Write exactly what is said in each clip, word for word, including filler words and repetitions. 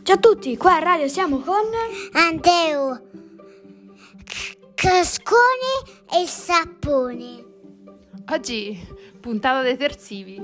Ciao a tutti, qua a radio siamo con Anteo, Cascone e Sapone. Oggi puntata detersivi.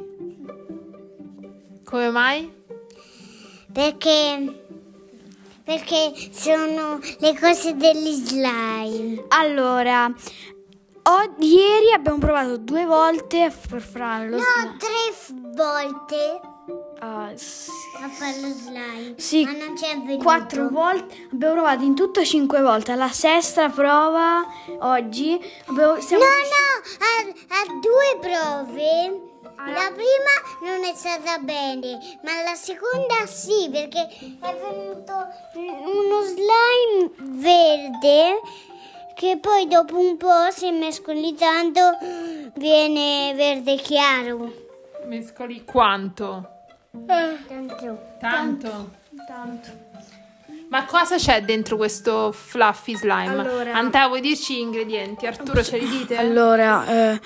Come mai? Perché, perché sono le cose degli slime. Allora, o- ieri abbiamo provato due volte per fare lo No, slime. tre f- volte Ah, sì. a fare lo slime. Sì, ma non c'è venuto. Quattro volte, abbiamo provato in tutto cinque volte. Alla sesta prova oggi abbiamo, siamo No, no, a, a due prove. Alla- La prima non è stata bene, ma la seconda sì, perché è venuto uno slime verde che poi dopo un po', se mescoli tanto, viene verde chiaro. Mescoli quanto? Tanto. Tanto. tanto. Ma cosa c'è dentro questo fluffy slime? Allora- Anteo, vuoi dirci gli ingredienti? Arturo, ce li dite? Allora, eh,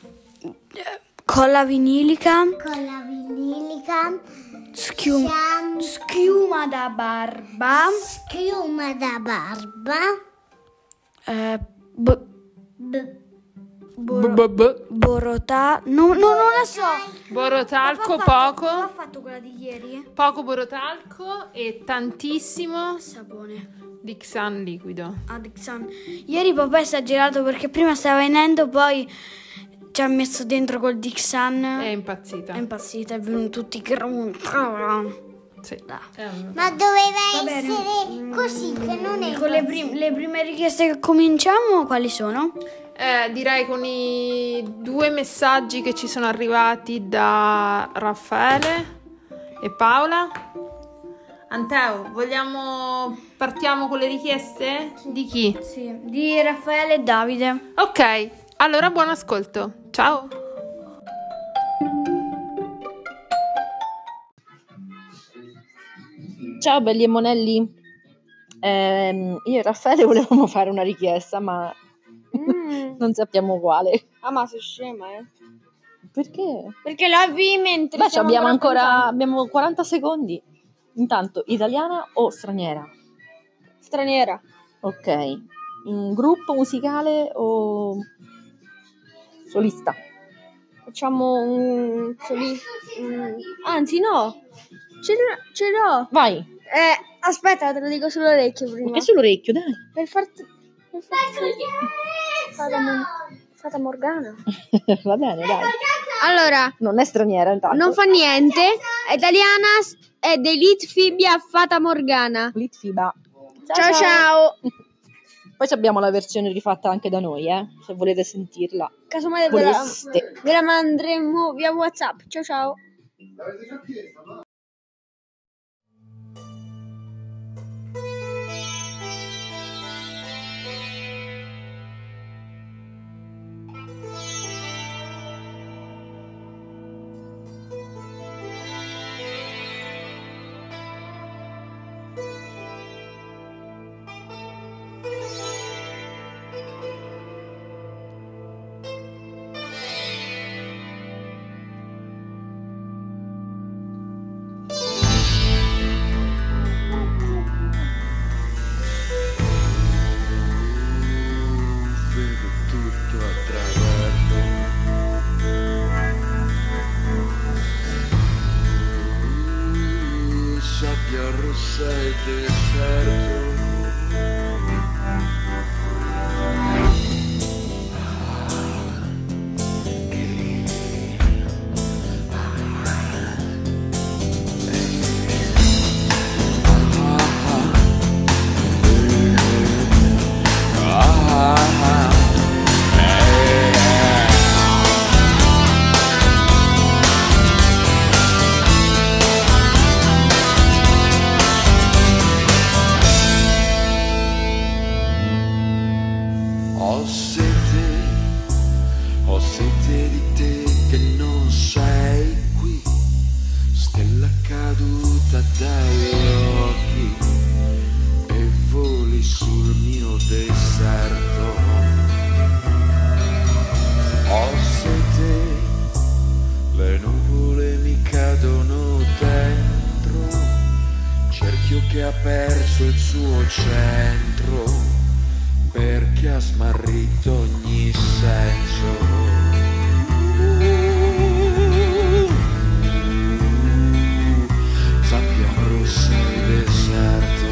colla vinilica, Con la vinilica, schiuma, siamo- schiuma da barba, schiuma da barba, eh, bo- b- boro- B- b- borota, no, no, non la so. Borotalco, Papà ha fatto- poco. papà ha fatto quella di ieri? Poco borotalco e tantissimo Sapone. Dixan liquido. Adixan. Ieri papà è esagerato perché prima stava venendo, poi ci ha messo dentro col Dixan. È impazzita. È impazzita, è venuto tutti grumi. Sì. È un- ma doveva Va bene. essere così, che non è Con le, così. prim- le prime richieste che cominciamo, quali sono? Eh, direi con i due messaggi che ci sono arrivati da Raffaele e Paola. Anteo, vogliamo partiamo con le richieste? Di chi? Sì, di Raffaele e Davide. Ok, allora buon ascolto. Ciao. Ciao belli e monelli. Ehm, io e Raffaele volevamo fare una richiesta, ma non sappiamo quale. Ah, ma sei scema, eh? Perché? Perché la vi mentre Beh, stiamo abbiamo ancora pensando. abbiamo quaranta secondi. Intanto, italiana o straniera? Straniera. Ok. Un gruppo musicale o solista? Facciamo un... soli- un- Anzi, no. Ce l'ho. Ce l'ho. Vai. Eh, aspetta, te lo dico sull'orecchio prima. È sull'orecchio, dai. Per farti... Per farti... Fata, Mo- Fata Morgana. Va bene, dai. Allora, Non è straniera, intanto. non fa niente. È italiana è dei Litfibia Fata Morgana. Litfiba. Ciao ciao. Poi abbiamo la versione rifatta anche da noi, eh, se volete sentirla. Casomai ve la, Voleste. ve la manderemo via WhatsApp. Ciao ciao. Vedo tutto attraverso sabbia rossa e deserto. che ha perso il suo centro, perché ha smarrito ogni senso. Sabbia rossa e deserto.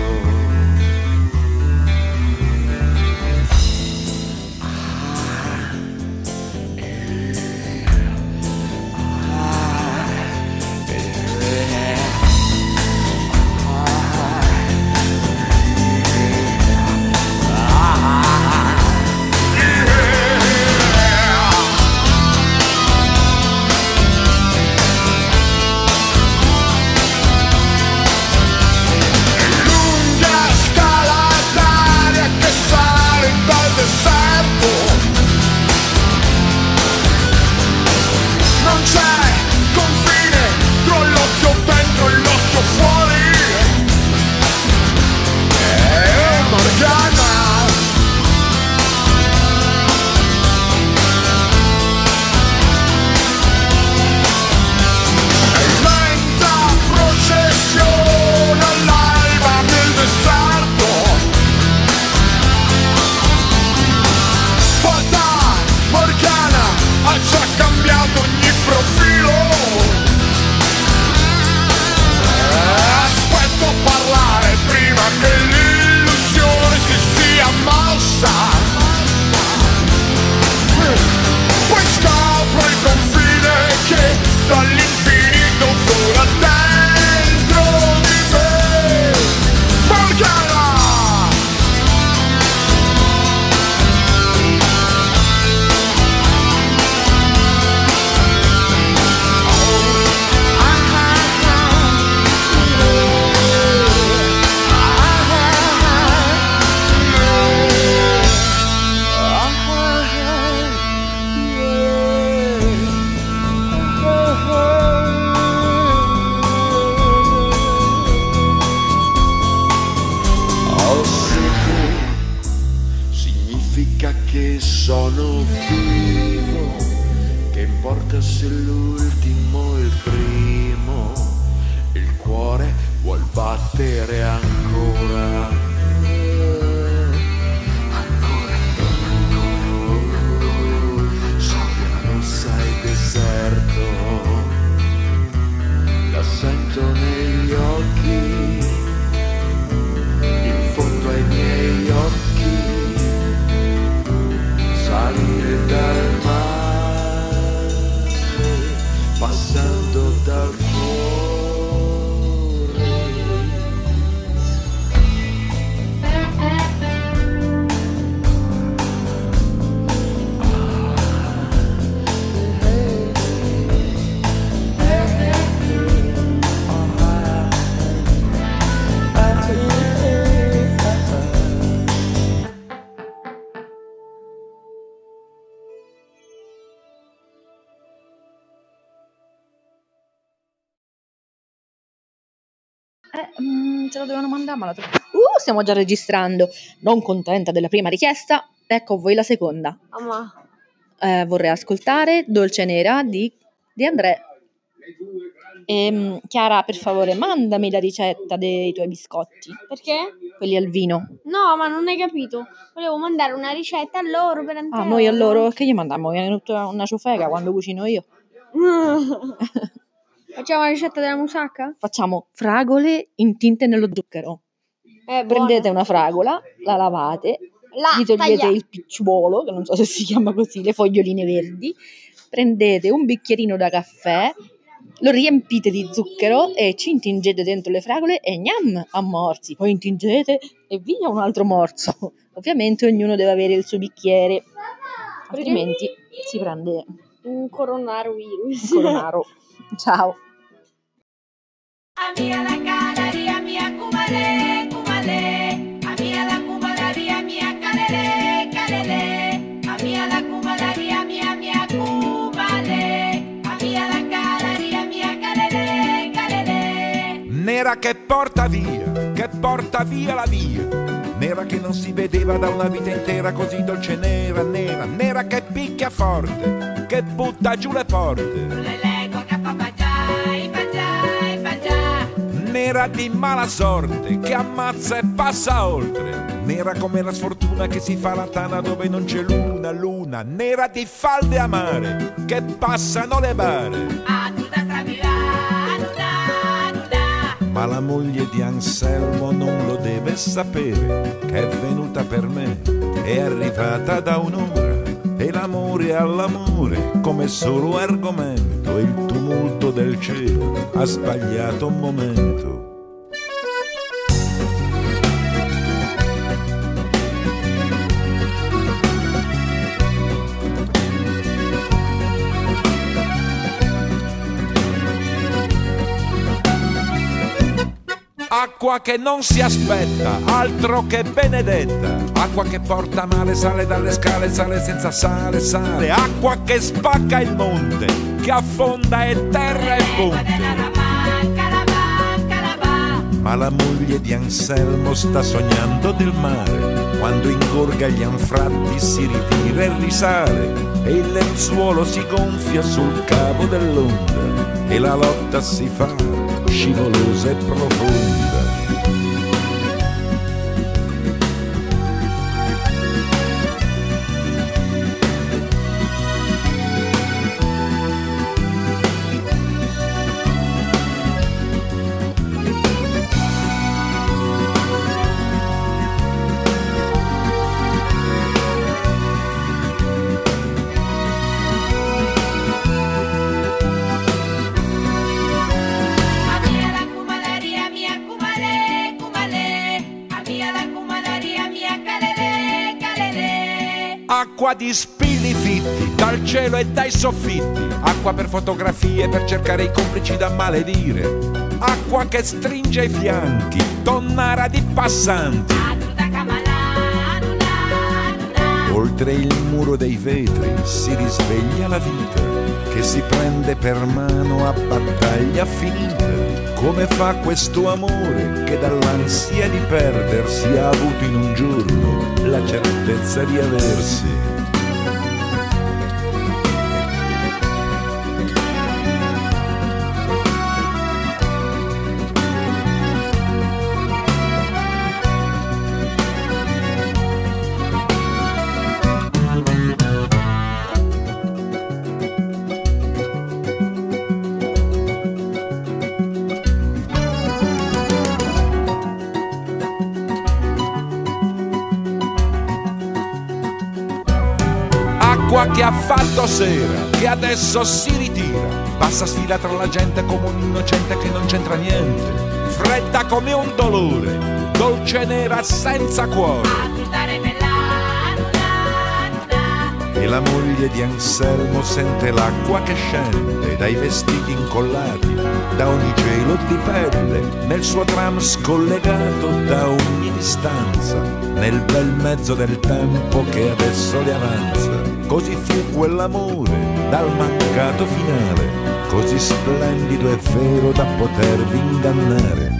Sono vivo, che importa se l'ultimo o il primo, il cuore vuol battere ancora, ancora, ancora, sabbia rossa e deserto, la sento negli occhi, in fondo ai miei occhi. Salire dal mare, passando dal cuore. Eh, mm, ce la dovevano mandare, ma la tro- Uh, stiamo già registrando. Non contenta della prima richiesta, ecco a voi la seconda. Mamma. Eh, vorrei ascoltare Dolce Nera di, di André. Ehm, Chiara, per favore, mandami la ricetta dei tuoi biscotti, Perché? quelli al vino. No, ma non hai capito. Volevo mandare una ricetta a loro per Ah, Anteo. noi a loro, che gli mandiamo? Mi è venuta una ciofeca quando cucino io. Facciamo la ricetta della musacca? Facciamo fragole intinte nello zucchero. Eh, Prendete buona. una fragola, la lavate, La gli togliete taglia- il picciuolo, che non so se si chiama così, le foglioline verdi, prendete un bicchierino da caffè, lo riempite di zucchero e ci intingete dentro le fragole e gnam, a morsi, poi intingete e via un altro morso. Ovviamente ognuno deve avere il suo bicchiere, altrimenti si prende Un coronavirus. un coronaro. Ciao. Amia la canaria mia cumale, cumale. Amia la cumalaria mia calele, calele. Amia la cumalaria mia mia cumale. Amia la canaria mia calele, calele. Nera che porta via, che porta via la via. Nera che non si vedeva da una vita intera, così dolce nera, nera. Nera che picchia forte, che butta giù le porte. Le leggo che fa bagià, bagià, bagià. nera di mala sorte che ammazza e passa oltre, nera come la sfortuna che si fa la tana dove non c'è luna, luna, nera di falde amare che passano le bare. Ma la moglie di Anselmo non lo deve sapere che è venuta per me, è arrivata da un'ora e l'amore all'amore come solo argomento, il tumulto del cielo ha sbagliato un momento. Acqua che non si aspetta, altro che benedetta. Acqua che porta male, sale dalle scale, sale senza sale, sale. Acqua che spacca il monte, che affonda e terra e ponte. Ma la moglie di Anselmo sta sognando del mare, quando ingorga gli anfratti si ritira e risale, e il lenzuolo si gonfia sul cavo dell'onda, e la lotta si fa scivolosa e profonda. Acqua di spilli fitti dal cielo e dai soffitti, acqua per fotografie per cercare i complici da maledire, acqua che stringe i fianchi, tonnara di passanti. Oltre il muro dei vetri si risveglia la vita, che si prende per mano a battaglia finita. Come fa questo amore che dall'ansia di perdersi ha avuto in un giorno la certezza di aversi. Acqua che ha fatto sera, che adesso si ritira, passa sfila tra la gente come un innocente che non c'entra niente, fredda come un dolore, dolce nera senza cuore. E la moglie di Anselmo sente l'acqua che scende dai vestiti incollati, da ogni gelo di pelle, nel suo tram scollegato da ogni distanza, nel bel mezzo del tempo che adesso le avanza. Così fu quell'amore dal mancato finale, così splendido e vero da potervi ingannare.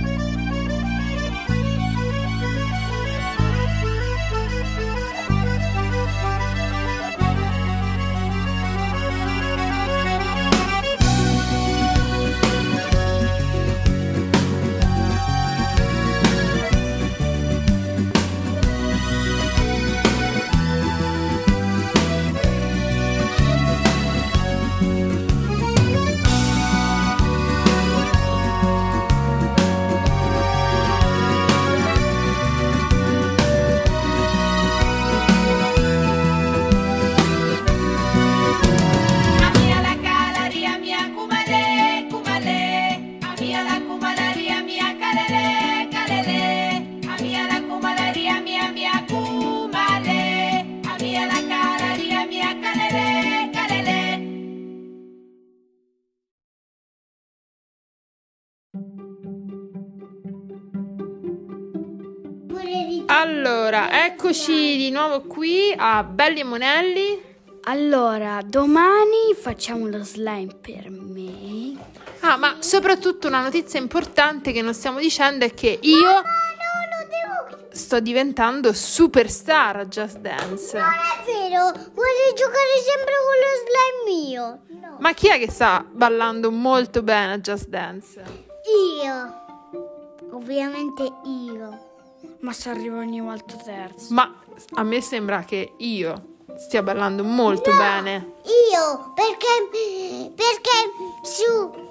Allora, eccoci di nuovo qui a Belli e Monelli. Allora, domani facciamo lo slime per me. Ah, ma soprattutto una notizia importante che non stiamo dicendo è che io No, no, lo devo... sto diventando superstar a Just Dance. Non è vero, vuole giocare sempre con lo slime mio. No. Ma chi è che sta ballando molto bene a Just Dance? Io. Ovviamente io. Ma se arrivo ogni volta terzo. Ma a me sembra che io stia ballando molto No, bene. Io, perché, perché su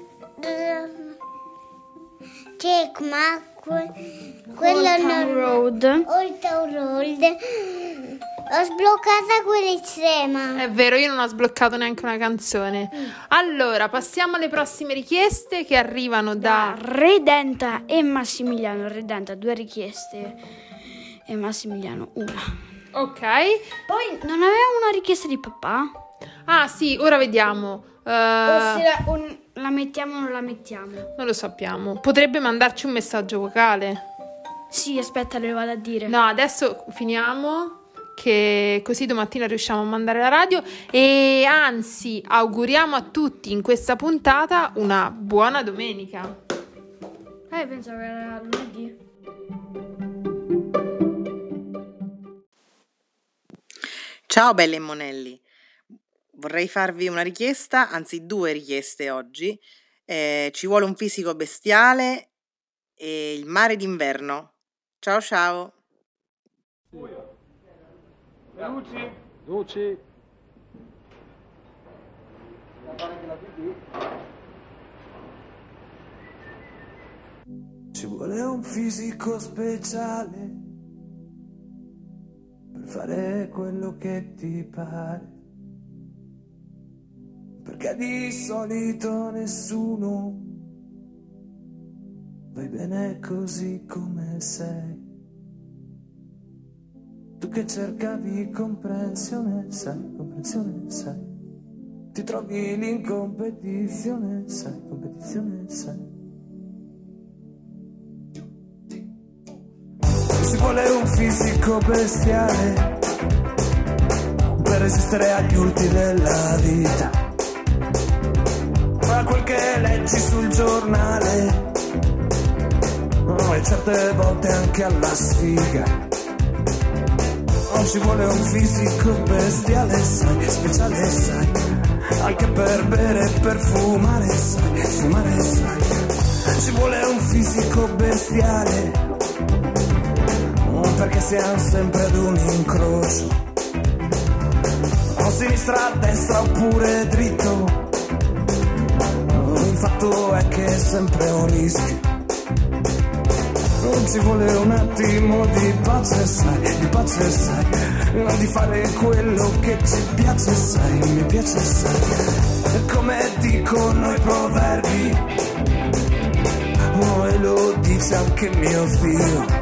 c'è ma que, quello Old Town non Road. Old Town Road. Ho sbloccata quella estrema. È vero, io non ho sbloccato neanche una canzone. Allora, passiamo alle prossime richieste che arrivano Da da... Redenta e Massimiliano. Redenta, due richieste. E Massimiliano, una. Ok. Poi non avevamo una richiesta di papà? Ah sì, ora vediamo. Eh, O se la, o la mettiamo o non la mettiamo? non lo sappiamo. Potrebbe mandarci un messaggio vocale. Sì, aspetta, le vado a dire. No, adesso finiamo, che così domattina riusciamo a mandare la radio. E anzi, auguriamo a tutti in questa puntata una buona domenica. Eh, pensavo che era lunedì. Ciao belle e monelli, vorrei farvi una richiesta, anzi due richieste oggi. Eh, ci vuole un fisico bestiale e il mare d'inverno. Ciao ciao. Luci, luci. Ci vuole un fisico speciale per fare quello che ti pare, perché di solito nessuno vai bene così come sei. Tu che cercavi comprensione, sai, comprensione, sai, ti trovi lì in competizione, sai, competizione, sai. Ci vuole un fisico bestiale per resistere agli urti della vita, a quel che leggi sul giornale, e certe volte anche alla sfiga. Non ci vuole un fisico bestiale, sai, speciale, sai, anche per bere e per fumare, sai, fumare, sai. Ci vuole un fisico bestiale perché siamo sempre ad un incrocio, o sinistra, a destra oppure dritto. Il fatto è che è sempre un rischio. Non ci vuole un attimo di pace, sai, di pace, sai, di fare quello che ci piace, sai, mi piace, sai. Come dicono i proverbi, oh, e lo dice anche mio figlio.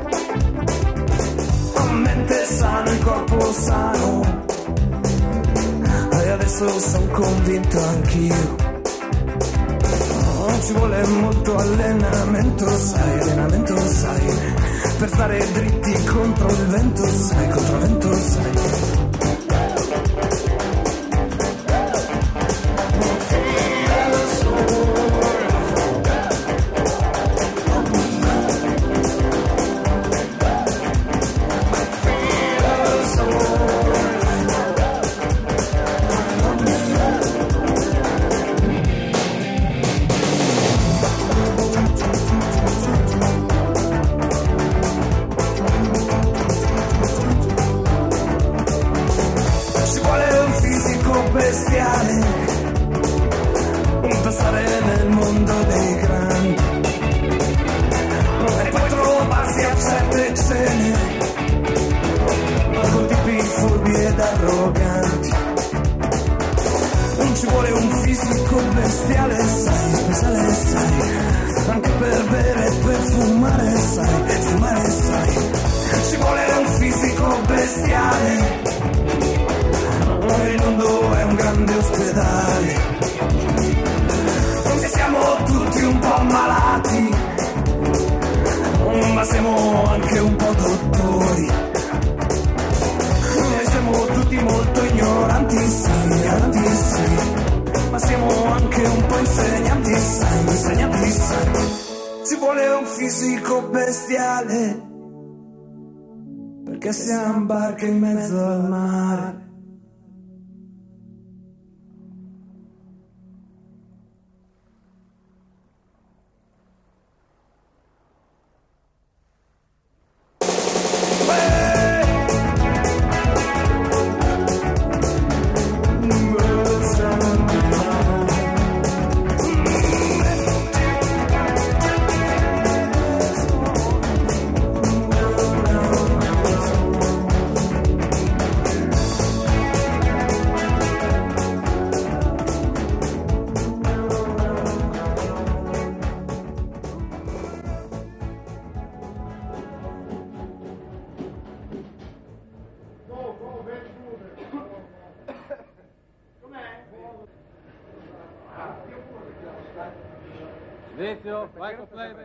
Mente sano, il corpo sano, e adesso sono convinto anch'io. Oh, ci vuole molto allenamento, sai, allenamento, sai, per stare dritti contro il vento, sai, contro il vento, sai. Perché siamo barche in mezzo al mare. Silenzio, vai con playback.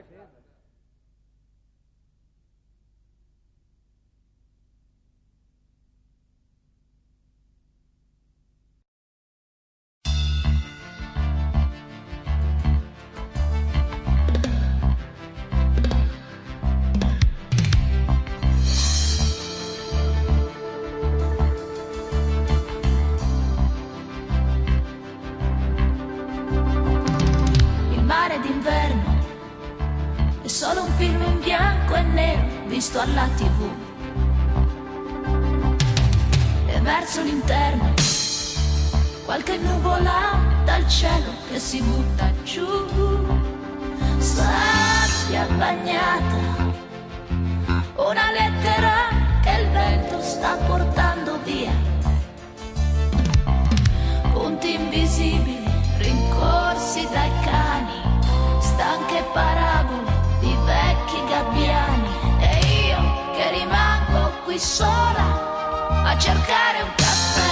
Il mare d'inverno è solo un film in bianco e nero visto alla tivù. E verso l'interno qualche nuvola dal cielo che si butta giù. Sabbia bagnata, una lettera che il vento sta portando via. Punti invisibili rincorsi dai cani, stanche parabole di vecchi gabbiani. E io che rimango qui sola a cercare un caffè.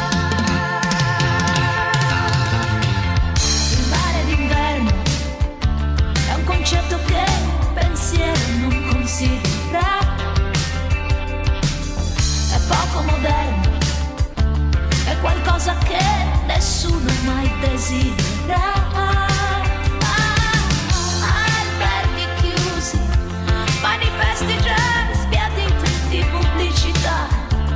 Il mare d'inverno è un concetto che il pensiero non considera. È poco moderno, è qualcosa che nessuno mai desidera. Alberghi chiusi, manifesti già sbiaditi di pubblicità,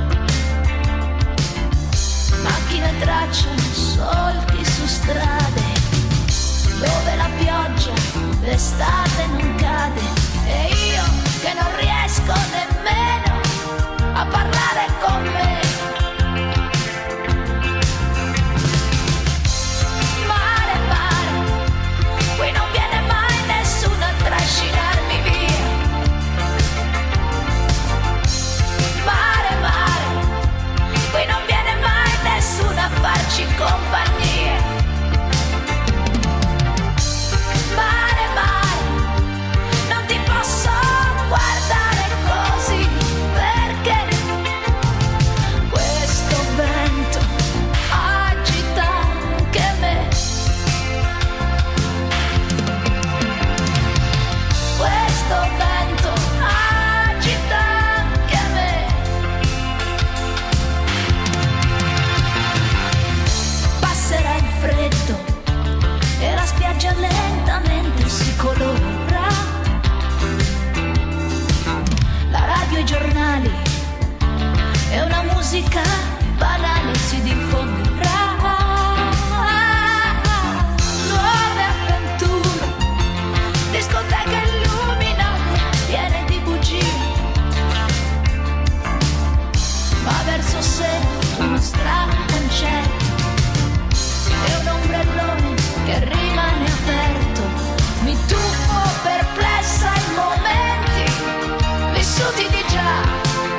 macchine tracciano solchi su strade dove la pioggia d'estate non cade. E io che non riesco nemmeno a parlare con me. Qui non viene mai nessuno a trascinarmi via. Mare, mare, qui non viene mai nessuno a farci compagnia. Mare, mare, non ti posso guardare così, perché questo vento agita anche me. Questo vento agita anche me. Passerà il freddo e la spiaggia lentamente si colorerà. La radio e i giornali e una musica banale si diffonderà. Nuove avventure, discoteche illuminate, piene di bugie. Ma verso sé uno strano concerto e un ombrellone che rimane aperto. Mi tuffo perplessa in momenti vissuti di già.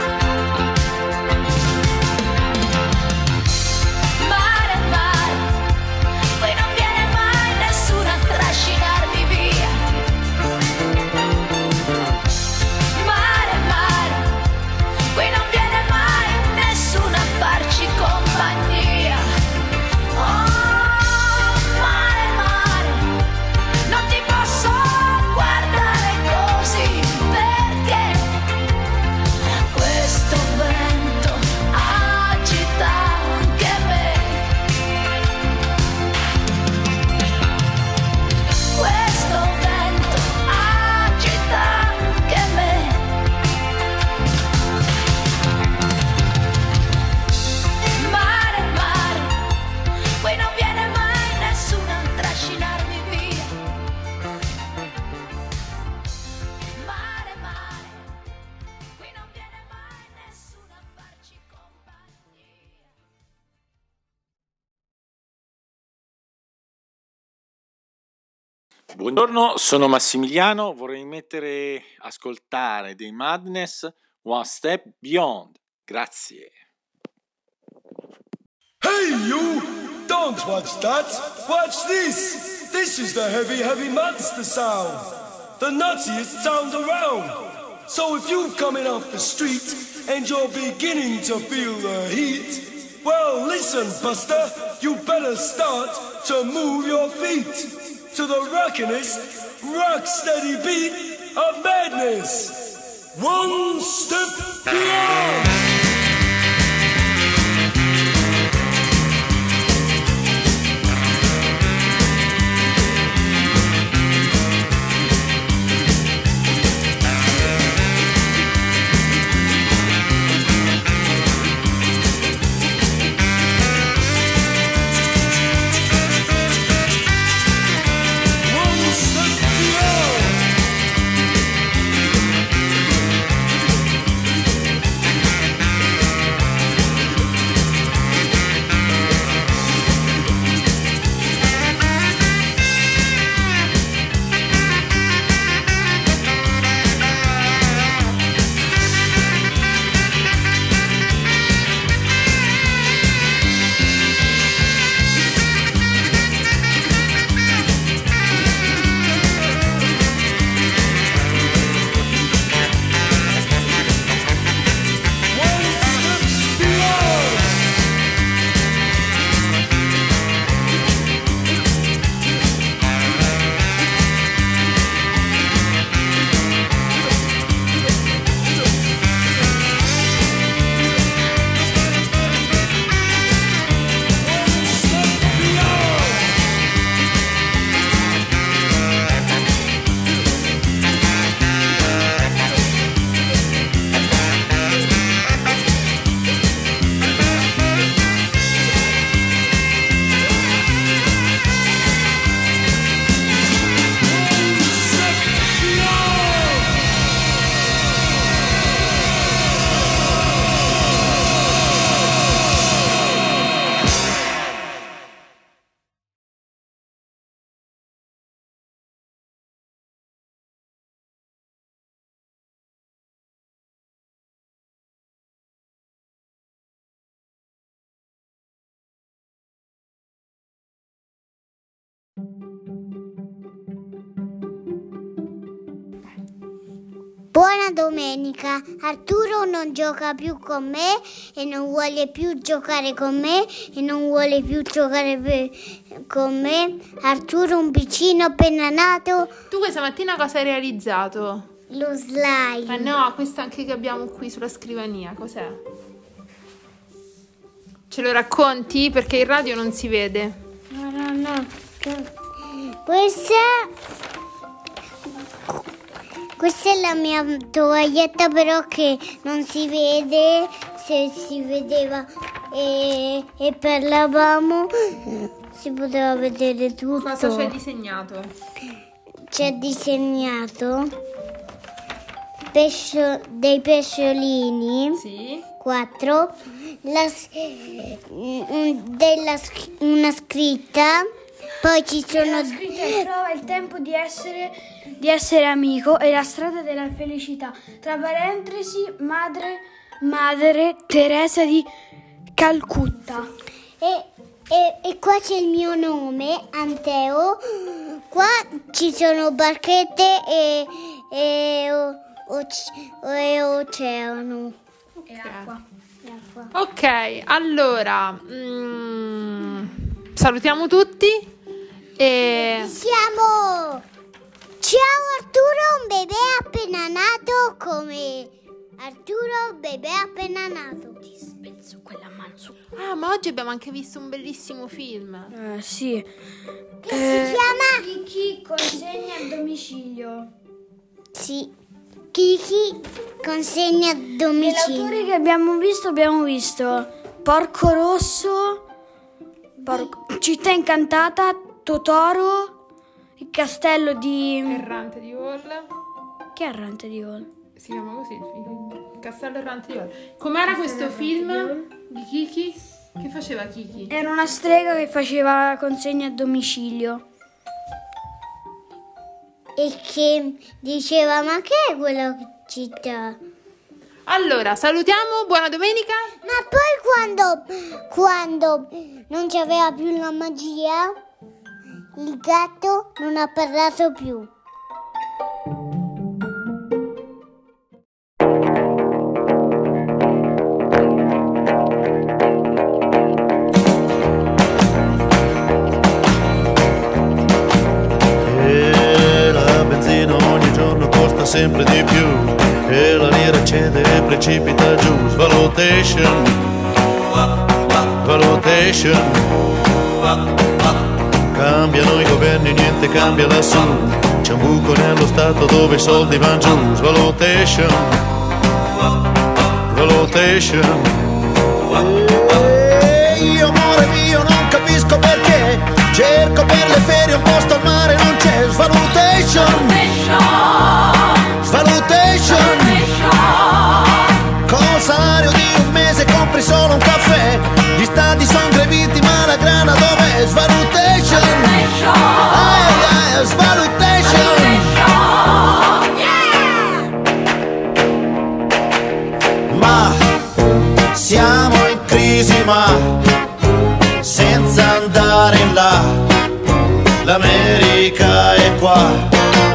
Mare, mare, qui non viene mai nessuno a trascinarmi via. Mare, mare, qui non viene mai nessuno a farci compagnia. Oh, mare, mare, non ti posso guardare così, perché questo vento agita anche me. Questo vento agita anche me. Mare, mare, qui non viene mai nessuno a trascinarmi via. Mare, mare, qui non viene mai nessuno a farci compagnia. Buongiorno, sono Massimiliano, vorrei mettere ascoltare dei Madness One Step Beyond. Grazie. Hey you! Don't watch that! Watch this! This is the heavy, heavy monster sound! The nuttiest sound around! So if you're coming off the street and you're beginning to feel the heat, well listen, Buster, you better start to move your feet. to the rockinest, rock steady beat of madness. One step beyond. Buona domenica. Arturo non gioca più con me e non vuole più giocare con me e non vuole più giocare per- con me. Arturo un piccino appena nato, Tu questa mattina cosa hai realizzato? lo slime. Ma no, questa anche che abbiamo qui sulla scrivania, cos'è? Ce lo racconti? Perché in radio non si vede. No, no, no. Questa Questa è la mia tovaglietta, però che non si vede. Se si vedeva e, e parlavamo si poteva vedere tutto. Cosa c'è disegnato? C'è disegnato pescio- dei pesciolini, Sì. quattro, la s- un- della sc- una scritta, poi ci sono La scritta è: trova il tempo di essere, di essere amico e la strada della felicità. Tra parentesi, madre, madre Teresa di Calcutta. E, e- e qua c'è il mio nome, Anteo. Qua ci sono barchette e, e, o- oce- e oceano. E acqua. E acqua. Ok, allora mm, salutiamo tutti e Siamo! Ciao Arturo, un bebè appena nato come Arturo, bebè appena nato. Ti spezzo quella mano su. ah, ma oggi abbiamo anche visto un bellissimo film. Eh, sì. Che si chiama? Kiki consegna a domicilio. Sì. Kiki consegna a domicilio. Nell'autore che abbiamo visto abbiamo visto Porco Rosso, Porco- Città Incantata, Totoro, Il Castello di... Errante di Hall. Che è Errante di Hall? Si chiama così il film. Il Castello Errante di Hall. Com'era questo film di Kiki? Che faceva Kiki? Era una strega che faceva consegna a domicilio. E che diceva, ma che è quella città? Allora, salutiamo, buona domenica. Ma poi quando, quando non c'aveva più la magia, il gatto non ha parlato più. sempre di più, e la lira cede e precipita giù. Svalutation, valutation, cambiano i governi, niente cambia lassù, c'è un buco nello stato dove i soldi vanno giù. Svalutation, valutation. E io amore mio non capisco perché, cerco per le ferie un posto al mare, non c'è. Svalutation, svalutation, col salario di un mese compri solo un caffè, gli stati sono greviti ma la grana dov'è? Svalutation, ai, ai, svalutation. Ma siamo in crisi, ma senza andare in là, l'America è qua.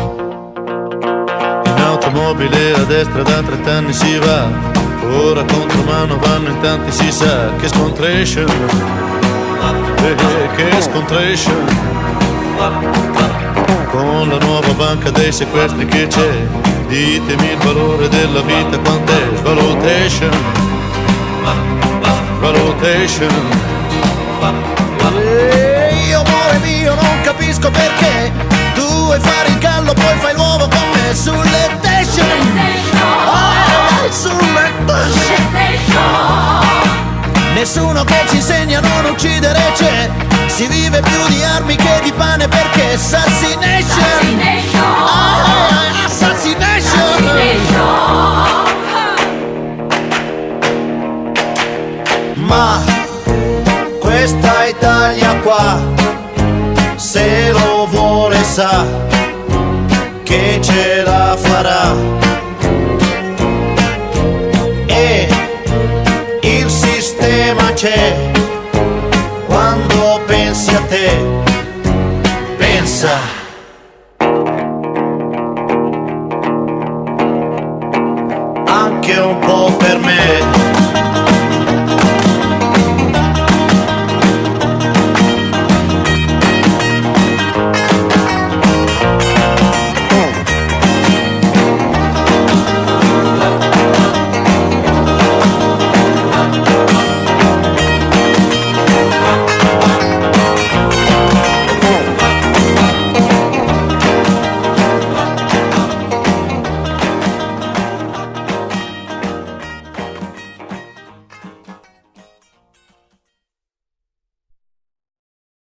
In automobile a destra da trent'anni si va, ora contro mano vanno in tanti, si sa che scontration, eh, che scontration. Con la nuova banca dei sequestri che c'è, ditemi il valore della vita quant'è. Svalutation, valutation. E io amore mio non capisco perché tu vuoi fare il gallo poi fai l'uovo con me. Sulle station, oh, sulle station. Nessuno che ci insegna a non uccidere c'è, si vive più di armi che di pane perché assassination, oh, assassination. Ma questa Italia qua, se lo vuole sa che ce la farà, e il sistema c'è. Quando pensi a te, pensa anche un po' per me.